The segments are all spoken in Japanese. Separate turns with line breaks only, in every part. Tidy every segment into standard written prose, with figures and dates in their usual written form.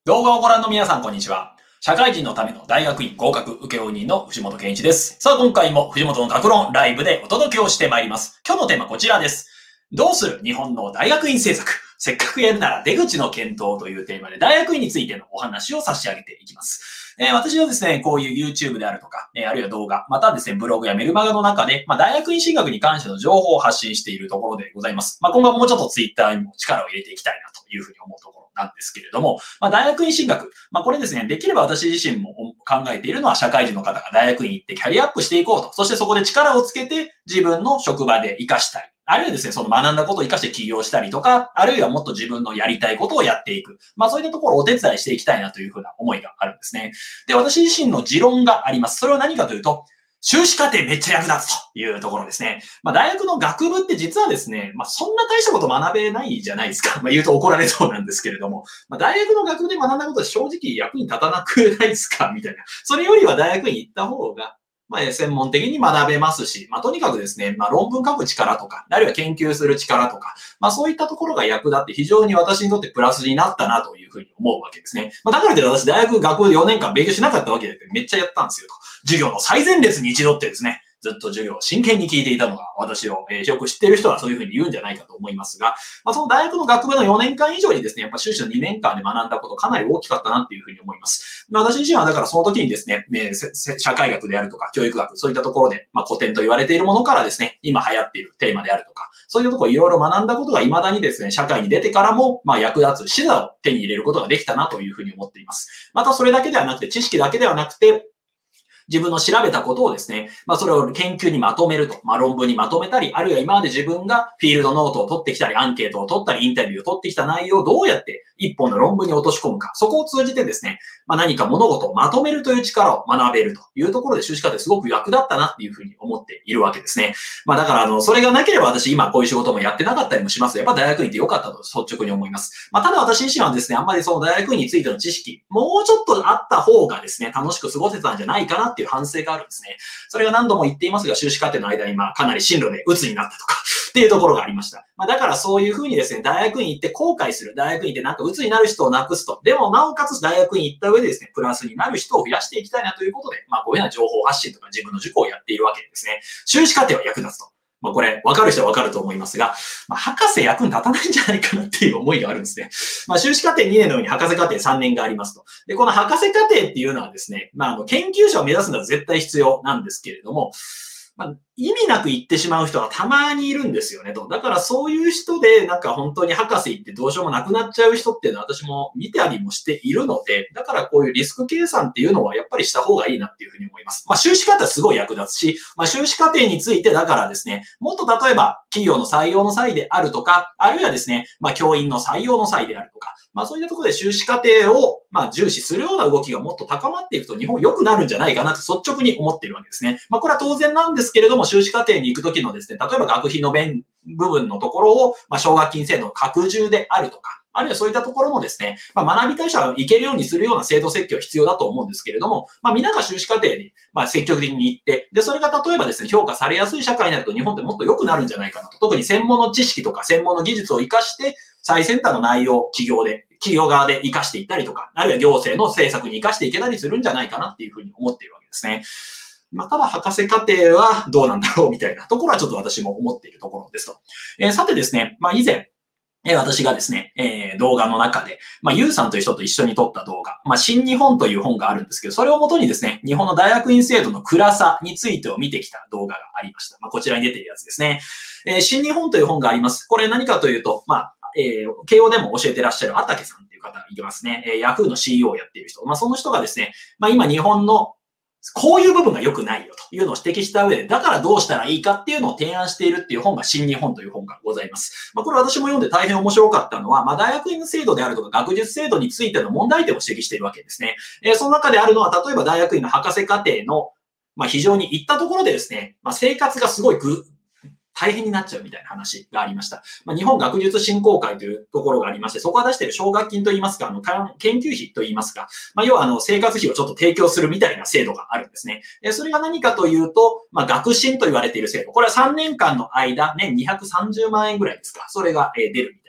動画をご覧の皆さん、こんにちは。社会人のための大学院合格請負人の藤本健一です。さあ、今回も藤本の学論ライブでお届けをしてまいります。今日のテーマこちらです。どうする日本の大学院政策。せっかくやるなら出口の検討というテーマで大学院についてのお話を差し上げていきます。私はですね、こういう YouTube であるとか、あるいは動画、またはですね、ブログやメルマガの中で、大学院進学に関しての情報を発信しているところでございます。今後はもうちょっと Twitter にも力を入れていきたいなというふうに思うところなんですけれども、大学院進学、これですね、できれば私自身も考えているのは社会人の方が大学院行ってキャリアアップしていこうと、そしてそこで力をつけて自分の職場で活かしたい。あるいはですね、その学んだことを活かして起業したりとか、あるいはもっと自分のやりたいことをやっていく。そういったところをお手伝いしていきたいなというふうな思いがあるんですね。で、私自身の持論があります。それは何かというと、修士課程めっちゃ役立つというところですね。大学の学部って実はですね、そんな大したこと学べないじゃないですか。言うと怒られそうなんですけれども、大学の学部で学んだことは正直役に立たなくないですかみたいな。それよりは大学に行った方が、専門的に学べますし、とにかくですね、論文書く力とか、あるいは研究する力とか、そういったところが役立って非常に私にとってプラスになったなというふうに思うわけですね。だからといって私大学学部4年間勉強しなかったわけでめっちゃやったんですよと。授業の最前列に一度ってですね、ずっと授業を真剣に聞いていたのが私を、よく知っている人はそういうふうに言うんじゃないかと思いますが、その大学の学部の4年間以上にですね、やっぱ修士の2年間で学んだことかなり大きかったなっていうふうに思います。私自身はだからその時にですね、社会学であるとか教育学、そういったところで、古典と言われているものからですね、今流行っているテーマであるとか、そういうところいろいろ学んだことが未だにですね、社会に出てからも、役立つ視座を手に入れることができたなというふうに思っています。またそれだけではなくて、知識だけではなくて、自分の調べたことをですね、それを研究にまとめると、論文にまとめたり、あるいは今まで自分がフィールドノートを取ってきたり、アンケートを取ったり、インタビューを取ってきた内容をどうやって一本の論文に落とし込むか、そこを通じてですね、何か物事をまとめるという力を学べるというところで修士課程すごく役立ったなっていうふうに思っているわけですね。だからそれがなければ私今こういう仕事もやってなかったりもします。やっぱ大学院って良かったと率直に思います。ただ私自身はですね、あんまりその大学院についての知識、もうちょっとあった方がですね、楽しく過ごせたんじゃないかなっていう反省があるんですね。それが何度も言っていますが、修士課程の間にかなり進路で鬱になったとかっていうところがありました。だからそういうふうにですね、大学院行って後悔する、大学院行ってなんか鬱になる人をなくすと、でもなおかつ大学院行った上でですね、プラスになる人を増やしていきたいなということで、こういうような情報発信とか自分の塾をやっているわけですね。修士課程は役立つと。これ、わかる人はわかると思いますが、博士役に立たないんじゃないかなっていう思いがあるんですね。修士課程2年のように博士課程3年がありますと。で、この博士課程っていうのはですね、研究者を目指すのは絶対必要なんですけれども、意味なく言ってしまう人はたまにいるんですよねと。だからそういう人でなんか本当に博士行ってどうしようもなくなっちゃう人っていうのは私も見たりもしているので、だからこういうリスク計算っていうのはやっぱりした方がいいなっていうふうに思います。修士課程はすごい役立つし、修士課程についてだからですね、もっと例えば企業の採用の際であるとか、あるいはですね、教員の採用の際であるとか、そういったところで修士課程を重視するような動きがもっと高まっていくと日本良くなるんじゃないかなと率直に思っているわけですね。これは当然なんですけれども、修士課程に行くときのですね、例えば学費の部分のところを、奨学金制度の拡充であるとか、あるいはそういったところもですね、学びたい人は行けるようにするような制度設計は必要だと思うんですけれども、皆が修士課程に、積極的に行って、で、それが例えばですね、評価されやすい社会になると日本ってもっと良くなるんじゃないかなと。特に専門の知識とか専門の技術を活かして、最先端の内容を企業側で活かしていったりとか、あるいは行政の政策に活かしていけたりするんじゃないかなっていうふうに思っているわけですね。ただ博士課程はどうなんだろうみたいなところはちょっと私も思っているところですと。さてですね、以前、私がですね、動画の中で、ゆうさんという人と一緒に撮った動画、新日本という本があるんですけど、それをもとにですね、日本の大学院制度の暗さについてを見てきた動画がありました。こちらに出ているやつですね。新日本という本があります。これ何かというと、慶応でも教えてらっしゃるあたけさんという方がいますね。ヤフーの CEO をやっている人。その人がですね、今日本のこういう部分が良くないよというのを指摘した上で、だからどうしたらいいかっていうのを提案しているっていう本が新日本という本がございます。これ私も読んで大変面白かったのは、大学院の制度であるとか学術制度についての問題点を指摘しているわけですね。その中であるのは、例えば大学院の博士課程の非常に行ったところでですね、生活がすごい大変になっちゃうみたいな話がありました。日本学術振興会というところがありまして、そこが出している奨学金といいますか、研究費といいますか、要は生活費をちょっと提供するみたいな制度があるんですね。それが何かというと、学信と言われている制度。これは3年間の間、年230万円ぐらいですか。それが出るみたいな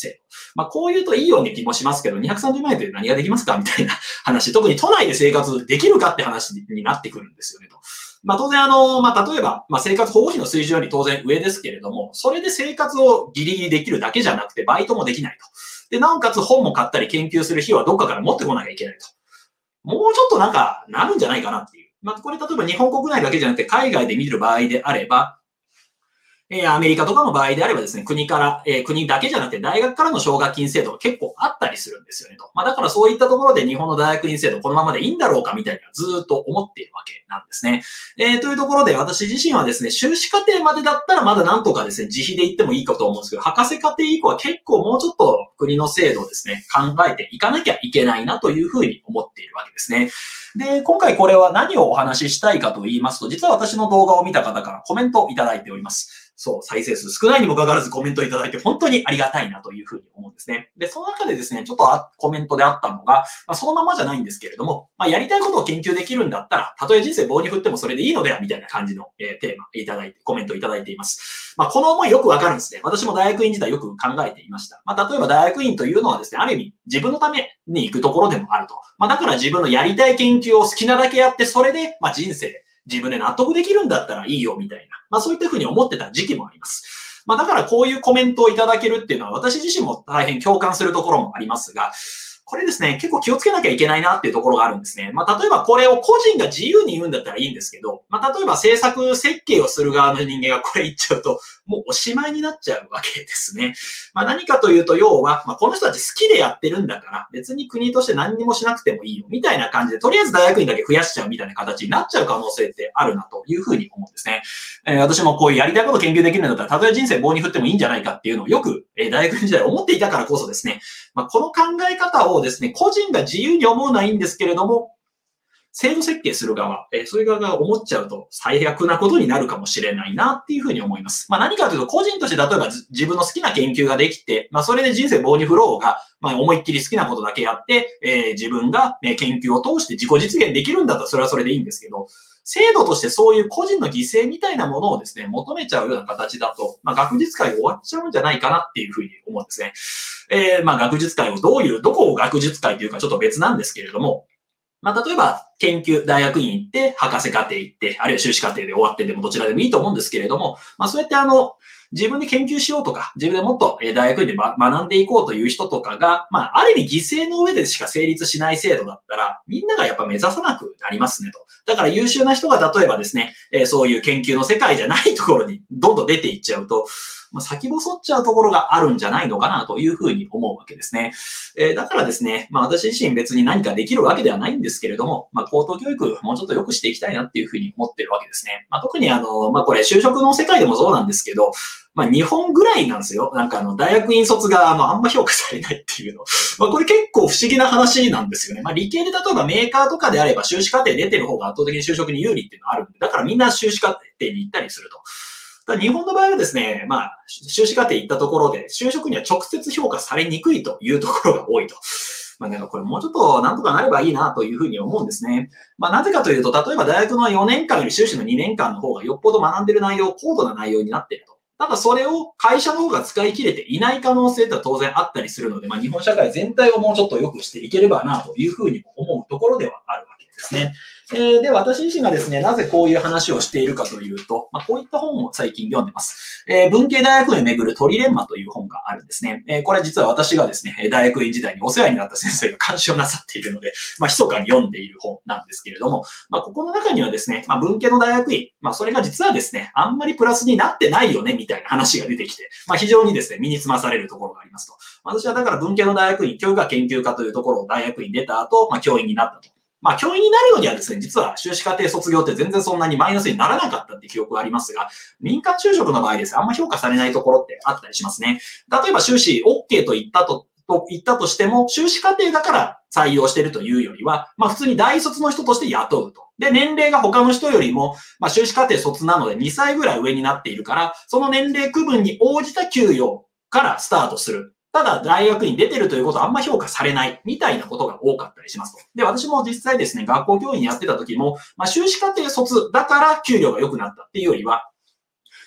制度。こう言うといいような気もしますけど、230万円で何ができますかみたいな話。特に都内で生活できるかって話になってくるんですよねと。当然例えば、生活保護費の水準より当然上ですけれども、それで生活をギリギリできるだけじゃなくて、バイトもできないと。で、なおかつ本も買ったり研究する費用はどっかから持ってこなきゃいけないと。もうちょっとなるんじゃないかなっていう。これ例えば日本国内だけじゃなくて海外で見る場合であれば、アメリカとかの場合であればですね、国だけじゃなくて大学からの奨学金制度が結構あったりするんですよねと。だからそういったところで日本の大学院制度このままでいいんだろうかみたいなずーっと思っているわけなんですね。というところで私自身はですね、修士課程までだったらまだなんとかですね、自費で行ってもいいかと思うんですけど、博士課程以降は結構もうちょっと国の制度をですね、考えていかなきゃいけないなというふうに思っているわけですね。で、今回これは何をお話ししたいかと言いますと、実は私の動画を見た方からコメントをいただいております。そう、再生数少ないにもかかわらずコメントいただいて本当にありがたいなというふうに思うんですね。で、その中でですね、ちょっとコメントであったのが、そのままじゃないんですけれども、やりたいことを研究できるんだったら、たとえ人生棒に振ってもそれでいいのではみたいな感じの、テーマいただいて、コメントいただいています。この思いよくわかるんですね。私も大学院時代よく考えていました。例えば大学院というのはですね、ある意味自分のために行くところでもあると。だから自分のやりたい研究を好きなだけやって、それで、人生、自分で納得できるんだったらいいよみたいな。そういったふうに思ってた時期もあります。だからこういうコメントをいただけるっていうのは私自身も大変共感するところもありますが、これですね、結構気をつけなきゃいけないなっていうところがあるんですね。例えばこれを個人が自由に言うんだったらいいんですけど、例えば制作設計をする側の人間がこれ言っちゃうと、もうおしまいになっちゃうわけですね。何かというと、要は、この人たち好きでやってるんだから、別に国として何にもしなくてもいいよ、みたいな感じで、とりあえず大学院だけ増やしちゃうみたいな形になっちゃう可能性ってあるなというふうに思うんですね。私もこういうやりたいこと研究できるんだったら、たとえ人生棒に振ってもいいんじゃないかっていうのをよく、大学院時代思っていたからこそですね、この考え方をですね、個人が自由に思うのはいいんですけれども、制度設計する側、そういう側が思っちゃうと最悪なことになるかもしれないなっていうふうに思います。何かというと、個人として例えば自分の好きな研究ができて、それで人生棒に振ろうが、思いっきり好きなことだけやって、自分が、研究を通して自己実現できるんだったらそれはそれでいいんですけど、制度としてそういう個人の犠牲みたいなものをですね、求めちゃうような形だと、学術界終わっちゃうんじゃないかなっていうふうに思うんですね。学術界をどこを学術界というかちょっと別なんですけれども、例えば、大学院行って、博士課程行って、あるいは修士課程で終わってでもどちらでもいいと思うんですけれども、そうやって自分で研究しようとか、自分でもっと大学院で学んでいこうという人とかが、ある意味犠牲の上でしか成立しない制度だったら、みんながやっぱ目指さなくなりますねと。だから優秀な人が例えばですね、そういう研究の世界じゃないところにどんどん出ていっちゃうと、先細っちゃうところがあるんじゃないのかなというふうに思うわけですね。だからですね、私自身別に何かできるわけではないんですけれども、高等教育もうちょっと良くしていきたいなっていうふうに思ってるわけですね。特にこれ就職の世界でもそうなんですけど、日本ぐらいなんですよ。大学院卒があんま評価されないっていうの。これ結構不思議な話なんですよね。理系で例えばメーカーとかであれば修士課程出てる方が圧倒的に就職に有利っていうのがあるんで、だからみんな修士課程に行ったりすると。日本の場合はですね、修士課程行ったところで、就職には直接評価されにくいというところが多いと。これもうちょっとなんとかなればいいなというふうに思うんですね。なぜかというと、例えば大学の4年間より修士の2年間の方がよっぽど学んでる内容、高度な内容になっていると。ただそれを会社の方が使い切れていない可能性って当然あったりするので、日本社会全体をもうちょっと良くしていければなというふうに思うところではあるわけですね。で、私自身がですね、なぜこういう話をしているかというと、こういった本を最近読んでます。文系大学院をめぐるトリレンマという本があるんですね。これ実は私がですね、大学院時代にお世話になった先生が監修をなさっているので、密かに読んでいる本なんですけれども、ここの中にはですね、文系の大学院、それが実はですね、あんまりプラスになってないよね、みたいな話が出てきて、非常にですね、身につまされるところがありますと。私はだから文系の大学院、教育学研究科というところを大学院出た後、教員になったと。教員になるのにはですね、実は修士課程卒業って全然そんなにマイナスにならなかったっていう記憶がありますが、民間就職の場合ですね、あんま評価されないところってあったりしますね。例えば修士 OK と言ったとしても、修士課程だから採用しているというよりは、普通に大卒の人として雇うと。で、年齢が他の人よりも、修士課程卒なので2歳ぐらい上になっているから、その年齢区分に応じた給与からスタートする。ただ、大学に出てるということはあんま評価されないみたいなことが多かったりしますと。で、私も実際ですね、学校教員やってた時も、修士課程卒だから給料が良くなったっていうよりは、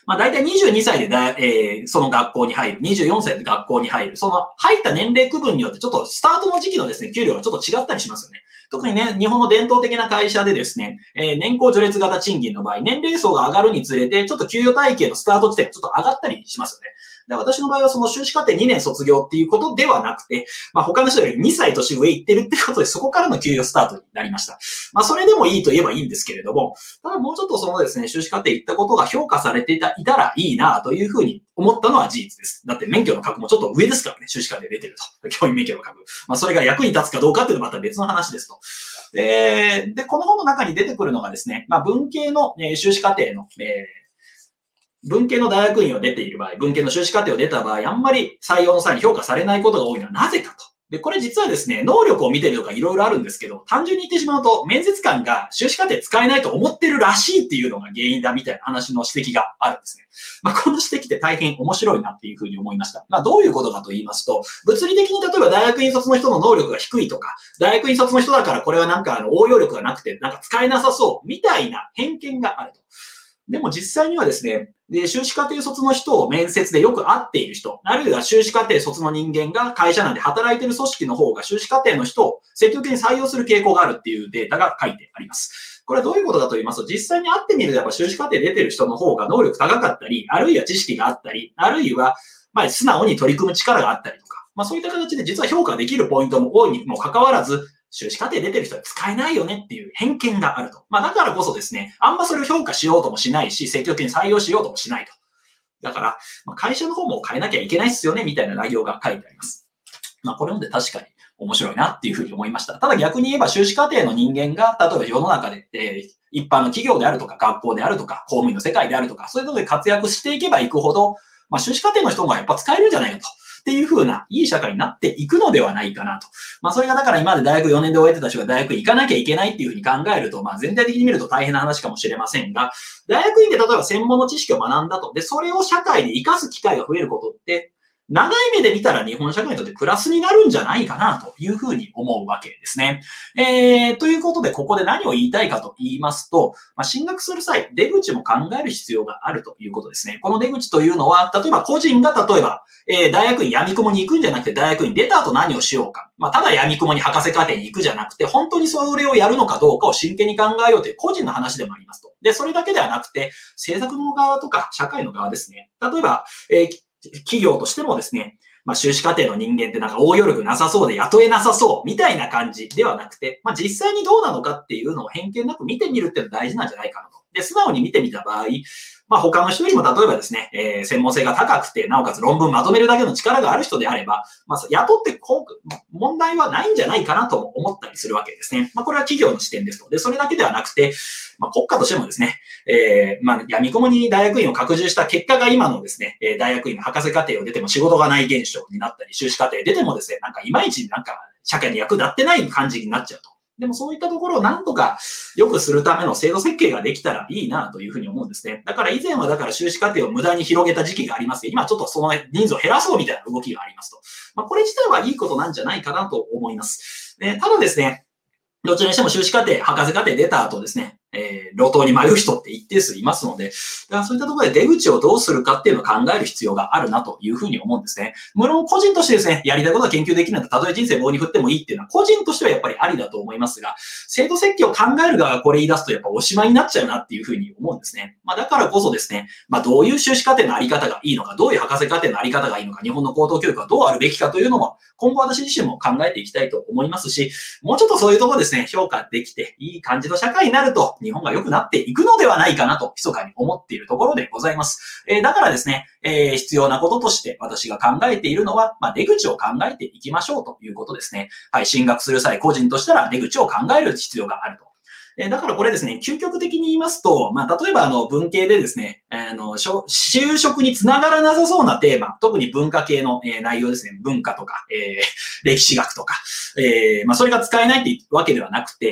まあ大体22歳でその学校に入る、24歳で学校に入る、その入った年齢区分によってちょっとスタートの時期のですね、給料がちょっと違ったりしますよね。特にね、日本の伝統的な会社でですね、年功序列型賃金の場合、年齢層が上がるにつれて、ちょっと給与体系のスタート地点がちょっと上がったりしますよね。で私の場合はその修士課程2年卒業っていうことではなくて、まあ他の人より2歳年上行ってるってことで、そこからの給与スタートになりました。まあそれでもいいと言えばいいんですけれども、ただもうちょっとそのですね、修士課程行ったことが評価されていたらいいなというふうに思ったのは事実です。だって免許の格もちょっと上ですからね、修士課程出てると。教員免許の格。まあそれが役に立つかどうかっていうのはまた別の話ですと。で、この本の中に出てくるのがですね、まあ文系の修士課程の、文系の大学院を出ている場合、文系の修士課程を出た場合、あんまり採用の際に評価されないことが多いのはなぜかと。で、これ実はですね、能力を見てるとかいろいろあるんですけど、単純に言ってしまうと、面接官が修士課程使えないと思ってるらしいっていうのが原因だみたいな話の指摘があるんですね。まあ、この指摘って大変面白いなっていうふうに思いました。まあ、どういうことかと言いますと、物理的に例えば大学院卒の人の能力が低いとか、大学院卒の人だからこれはなんか応用力がなくて、なんか使えなさそうみたいな偏見があると。でも実際にはですね、修士課程卒の人を面接でよく会っている人、あるいは修士課程卒の人間が会社内で働いている組織の方が修士課程の人を積極的に採用する傾向があるっていうデータが書いてあります。これはどういうことかと言いますと、実際に会ってみるとやっぱ修士課程出てる人の方が能力高かったり、あるいは知識があったり、あるいはまあ素直に取り組む力があったりとか、まあそういった形で実は評価できるポイントも多いにもかかわらず、修士課程出てる人は使えないよねっていう偏見があると。まあだからこそですね、あんまそれを評価しようともしないし、積極的に採用しようともしないと。だから、会社の方も変えなきゃいけないっすよね、みたいな内容が書いてあります。まあこれもで確かに面白いなっていうふうに思いました。ただ逆に言えば修士課程の人間が、例えば世の中で、一般の企業であるとか、学校であるとか、公務員の世界であるとか、そういうところで活躍していけばいくほど、まあ修士課程の人がやっぱ使えるんじゃないかと。っていう風ないい社会になっていくのではないかなと。まあそれがだから今まで大学4年で終えてた人が大学行かなきゃいけないっていう風に考えると、まあ全体的に見ると大変な話かもしれませんが、大学院で例えば専門の知識を学んだと。で、それを社会で活かす機会が増えることって、長い目で見たら日本社会にとってプラスになるんじゃないかなというふうに思うわけですね。ということで、ここで何を言いたいかと言いますと、進学する際、出口も考える必要があるということですね。この出口というのは、例えば個人が例えば、大学院闇雲に行くんじゃなくて、大学院出た後何をしようか。ただ闇雲に博士課程に行くじゃなくて、本当にそれをやるのかどうかを真剣に考えようという個人の話でもありますと。で、それだけではなくて、政策の側とか社会の側ですね。例えば、企業としてもですね、修士課程の人間ってなんか応用力なさそうで雇えなさそうみたいな感じではなくて、実際にどうなのかっていうのを偏見なく見てみるっていうのが大事なんじゃないかなと。で、素直に見てみた場合、他の人よりも例えばですね、専門性が高くて、なおかつ論文まとめるだけの力がある人であれば、雇って問題はないんじゃないかなと思ったりするわけですね。これは企業の視点ですと。で、それだけではなくて、国家としてもですね、闇雲に大学院を拡充した結果が今のですね、大学院の博士課程を出ても仕事がない現象になったり、修士課程出てもですね、なんかいまいちなんか社会に役立ってない感じになっちゃうと。でもそういったところをなんとか良くするための制度設計ができたらいいなというふうに思うんですね。だから以前はだから修士課程を無駄に広げた時期がありますけど、今ちょっとその人数を減らそうみたいな動きがありますと。これ自体はいいことなんじゃないかなと思います。ただですね、どちらにしても修士課程、博士課程出た後ですね、路頭に迷う人って一定数いますので、だからそういったところで出口をどうするかっていうのを考える必要があるなというふうに思うんですね。無論個人としてですね、やりたいことは研究できるんだったら、たとえ人生棒に振ってもいいっていうのは個人としてはやっぱりありだと思いますが、制度設計を考える側がこれ言い出すとやっぱおしまいになっちゃうなっていうふうに思うんですね。だからこそですね、どういう修士課程のあり方がいいのか、どういう博士課程のあり方がいいのか、日本の高等教育はどうあるべきかというのも、今後私自身も考えていきたいと思いますし、もうちょっとそういうところですね、評価できていい感じの社会になると、日本が良くなっていくのではないかなと、密かに思っているところでございます。だからですね、必要なこととして私が考えているのは、出口を考えていきましょうということですね。はい、進学する際、個人としたら出口を考える必要があると。だからこれですね、究極的に言いますと、例えば文系でですね、就職につながらなさそうなテーマ、特に文化系の内容ですね、文化とか、歴史学とか、それが使えないってわけではなくて、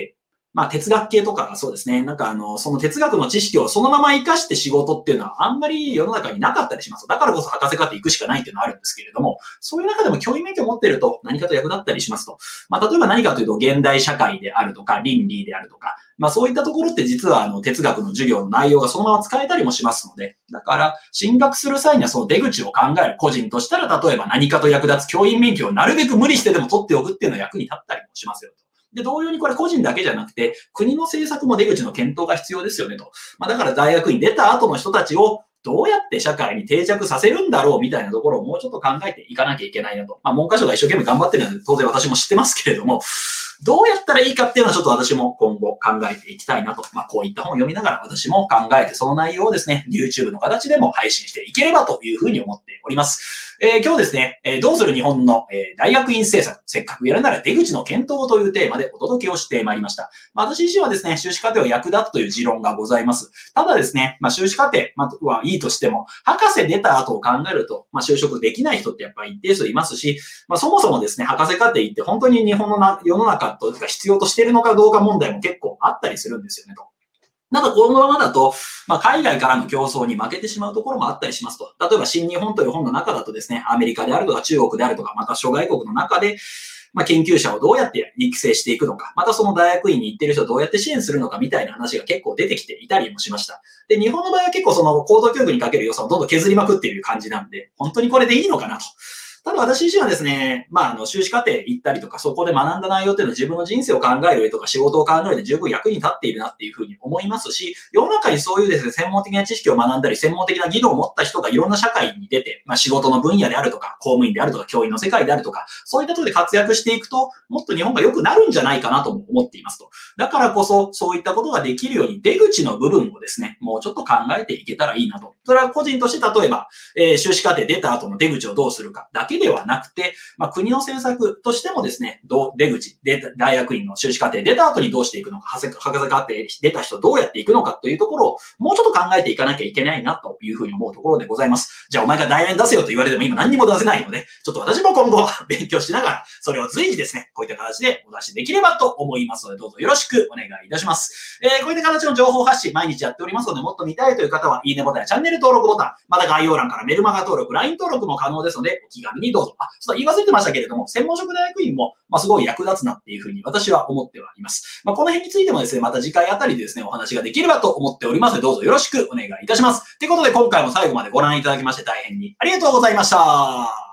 まあ哲学系とかそうですね。その哲学の知識をそのまま活かして仕事っていうのはあんまり世の中になかったりします。だからこそ博士課程行くしかないっていうのはあるんですけれども、そういう中でも教員免許を持っていると何かと役立ったりしますと。まあ例えば何かというと現代社会であるとか倫理であるとか、まあそういったところって実は哲学の授業の内容がそのまま使えたりもしますので、だから進学する際にはその出口を考える個人としたら例えば何かと役立つ教員免許をなるべく無理してでも取っておくっていうのは役に立ったりもしますよと。で、同様にこれ個人だけじゃなくて、国の政策も出口の検討が必要ですよねと。まあだから大学院出た後の人たちをどうやって社会に定着させるんだろうみたいなところをもうちょっと考えていかなきゃいけないなと。まあ文科省が一生懸命頑張ってるので当然私も知ってますけれども、どうやったらいいかっていうのはちょっと私も今後考えていきたいなと。まあこういった本を読みながら私も考えてその内容をですね、YouTube の形でも配信していければというふうに思っております。今日ですね、どうする日本の、大学院政策、せっかくやるなら出口の検討というテーマでお届けをしてまいりました。まあ、私自身はですね、修士課程は役立つという持論がございます。ただですね、まあ、修士課程はいいとしても、博士出た後を考えると、まあ、就職できない人ってやっぱり一定数いますし、まあ、そもそもですね、博士課程って本当に日本の世の中とか必要としているのかどうか問題も結構あったりするんですよねと。ただ、このままだと、まあ、海外からの競争に負けてしまうところもあったりしますと。例えば、新日本という本の中だとですね、アメリカであるとか中国であるとか、また諸外国の中で、まあ、研究者をどうやって育成していくのか、またその大学院に行っている人をどうやって支援するのかみたいな話が結構出てきていたりもしました。で、日本の場合は結構その高等教育にかける予算をどんどん削りまくっている感じなんで、本当にこれでいいのかなと。ただ私自身はですね、まあ、修士課程行ったりとか、そこで学んだ内容っていうのは自分の人生を考える上とか仕事を考える上で十分役に立っているなっていうふうに思いますし、世の中にそういうですね、専門的な知識を学んだり、専門的な技能を持った人がいろんな社会に出て、まあ、仕事の分野であるとか、公務員であるとか、教員の世界であるとか、そういったところで活躍していくと、もっと日本が良くなるんじゃないかなとも思っていますと。だからこそ、そういったことができるように出口の部分をですね、もうちょっと考えていけたらいいなと。それは個人として例えば、修士課程出た後の出口をどうするかだけではなくて、まあ、国の政策としてもですね、出口、大学院の修士課程出た後にどうしていくのか、博士課程出た人どうやっていくのかというところをもうちょっと考えていかなきゃいけないなというふうに思うところでございます。じゃあお前が大連出せよと言われても今何にも出せないので、ちょっと私も今後勉強しながら、それを随時ですね、こういった形でお出しできればと思いますので、どうぞよろしくお願いいたします。こういった形の情報発信毎日やっておりますので、もっと見たいという方は、いいねボタンやチャンネル登録ボタン、また概要欄からメルマガ登録、LINE 登録も可能ですので、お気軽にどうぞ。ちょっと言い忘れてましたけれども、専門職大学院も、すごい役立つなっていうふうに私は思ってはいます。この辺についてもですね、また次回あたりでですね、お話ができればと思っておりますので、どうぞよろしくお願いいたします。ということで、今回も最後までご覧いただきまして大変にありがとうございました。